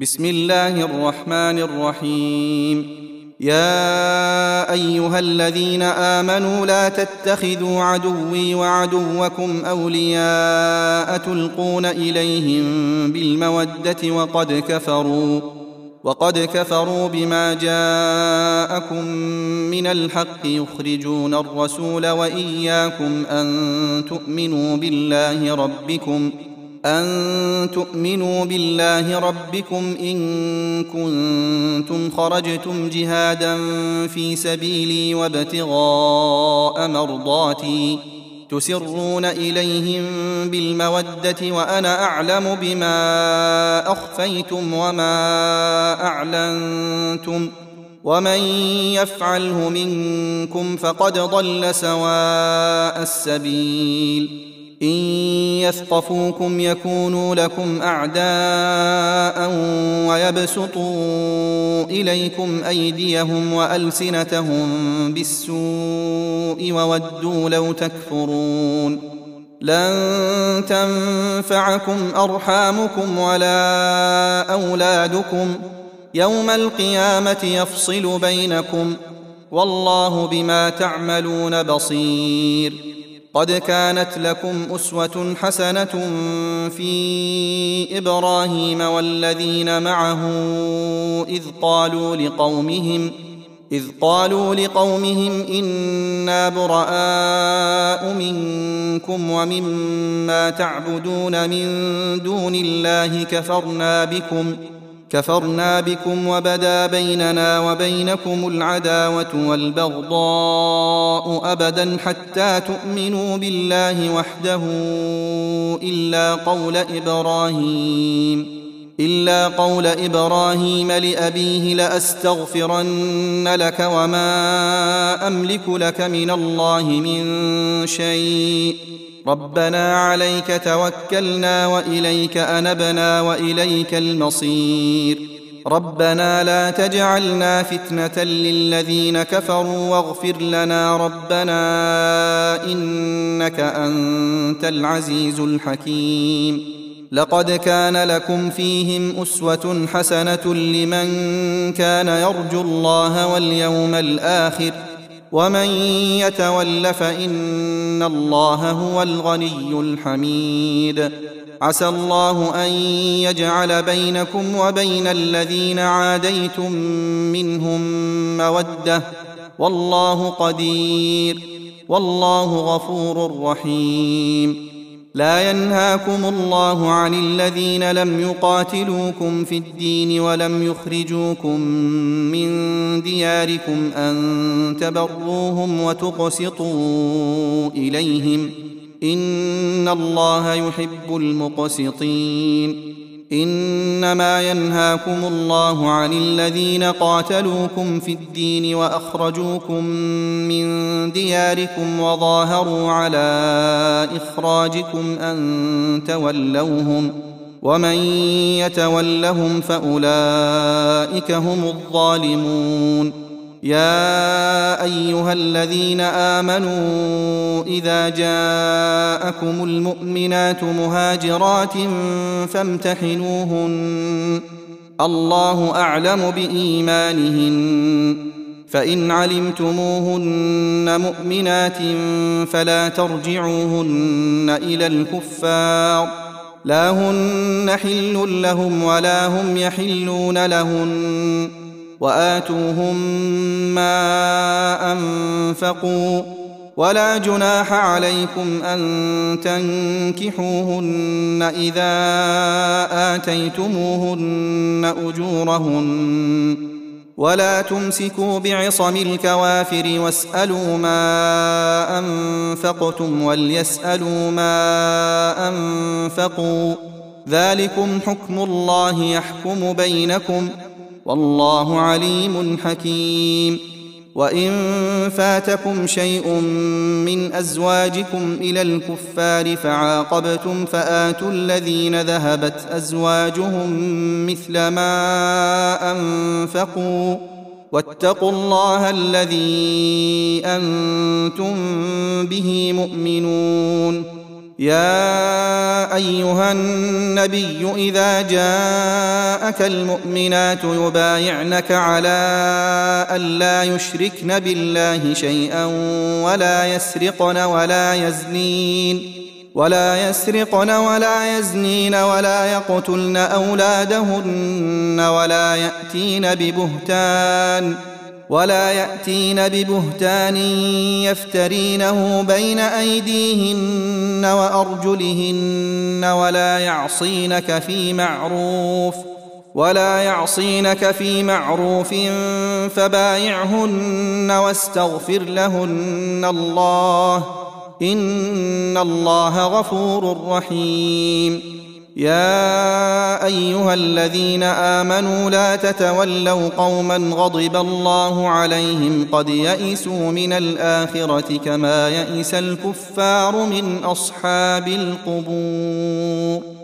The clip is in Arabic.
بسم الله الرحمن الرحيم. يا أيها الذين آمنوا لا تتخذوا عدوي وعدوكم أولياء تلقون إليهم بالمودة وقد كفروا بما جاءكم من الحق يخرجون الرسول وإياكم أن تؤمنوا بالله ربكم إن كنتم خرجتم جهادا في سبيلي وابتغاء مرضاتي تسرون إليهم بالمودة وأنا أعلم بما أخفيتم وما أعلنتم ومن يفعله منكم فقد ضل سواء السبيل. إن يثقفوكم يكونوا لكم أعداء ويبسطوا إليكم أيديهم وألسنتهم بالسوء وودوا لو تكفرون. لن تنفعكم أرحامكم ولا أولادكم يوم القيامة يفصل بينكم والله بما تعملون بصير. قد كانت لكم أسوة حسنة في إبراهيم والذين معه إذ قالوا لقومهم إنا براء منكم ومما تعبدون من دون الله كفرنا بكم وبدا بيننا وبينكم العداوة والبغضاء أبدا حتى تؤمنوا بالله وحده إلا قول إبراهيم لأبيه لأستغفرن لك وما أملك لك من الله من شيء ربنا عليك توكلنا وإليك أنبنا وإليك المصير. ربنا لا تجعلنا فتنة للذين كفروا واغفر لنا ربنا إنك أنت العزيز الحكيم. لقد كان لكم فيهم أسوة حسنة لمن كان يرجو الله واليوم الآخر ومن يتول فإن الله هو الغني الحميد. عسى الله أن يجعل بينكم وبين الذين عاديتم منهم مودة والله قدير والله غفور رحيم. لا ينهاكم الله عن الذين لم يقاتلوكم في الدين ولم يخرجوكم من دياركم أن تبروهم وتقسطوا إليهم إن الله يحب المقسطين. إنما ينهاكم الله عن الذين قاتلوكم في الدين وأخرجوكم من دياركم وظاهروا على إخراجكم أن تولوهم ومن يتولهم فأولئك هم الظالمون. يا أيها الذين آمنوا إذا جاءكم المؤمنات مهاجرات فامتحنوهن الله أعلم بإيمانهن فإن علمتموهن مؤمنات فلا ترجعوهن إلى الكفار لا هن حل لهم ولا هم يحلون لهن وآتوهم ما أنفقوا ولا جناح عليكم أن تنكحوهن إذا آتيتموهن أجورهن ولا تمسكوا بعصم الكوافر واسألوا ما أنفقتم وليسألوا ما أنفقوا ذلكم حكم الله يحكم بينكم والله عليم حكيم. وإن فاتكم شيء من أزواجكم إلى الكفار فعاقبتم فآتوا الذين ذهبت أزواجهم مثل ما أنفقوا واتقوا الله الذي أنتم به مؤمنون. يا أيها النبي إذا جاءك المؤمنات يبايعنك على أن لا يشركن بالله شيئا ولا يسرقن ولا يزنين ولا يقتلن أولادهن ولا يأتين ببهتان يفترينه بين أيديهن وأرجلهن ولا يعصينك في معروف فبايعهن واستغفر لهن الله إن الله غفور رحيم. يا أيها الذين آمنوا لا تتولوا قوما غضب الله عليهم قد يئسوا من الآخرة كما يئس الكفار من أصحاب القبور.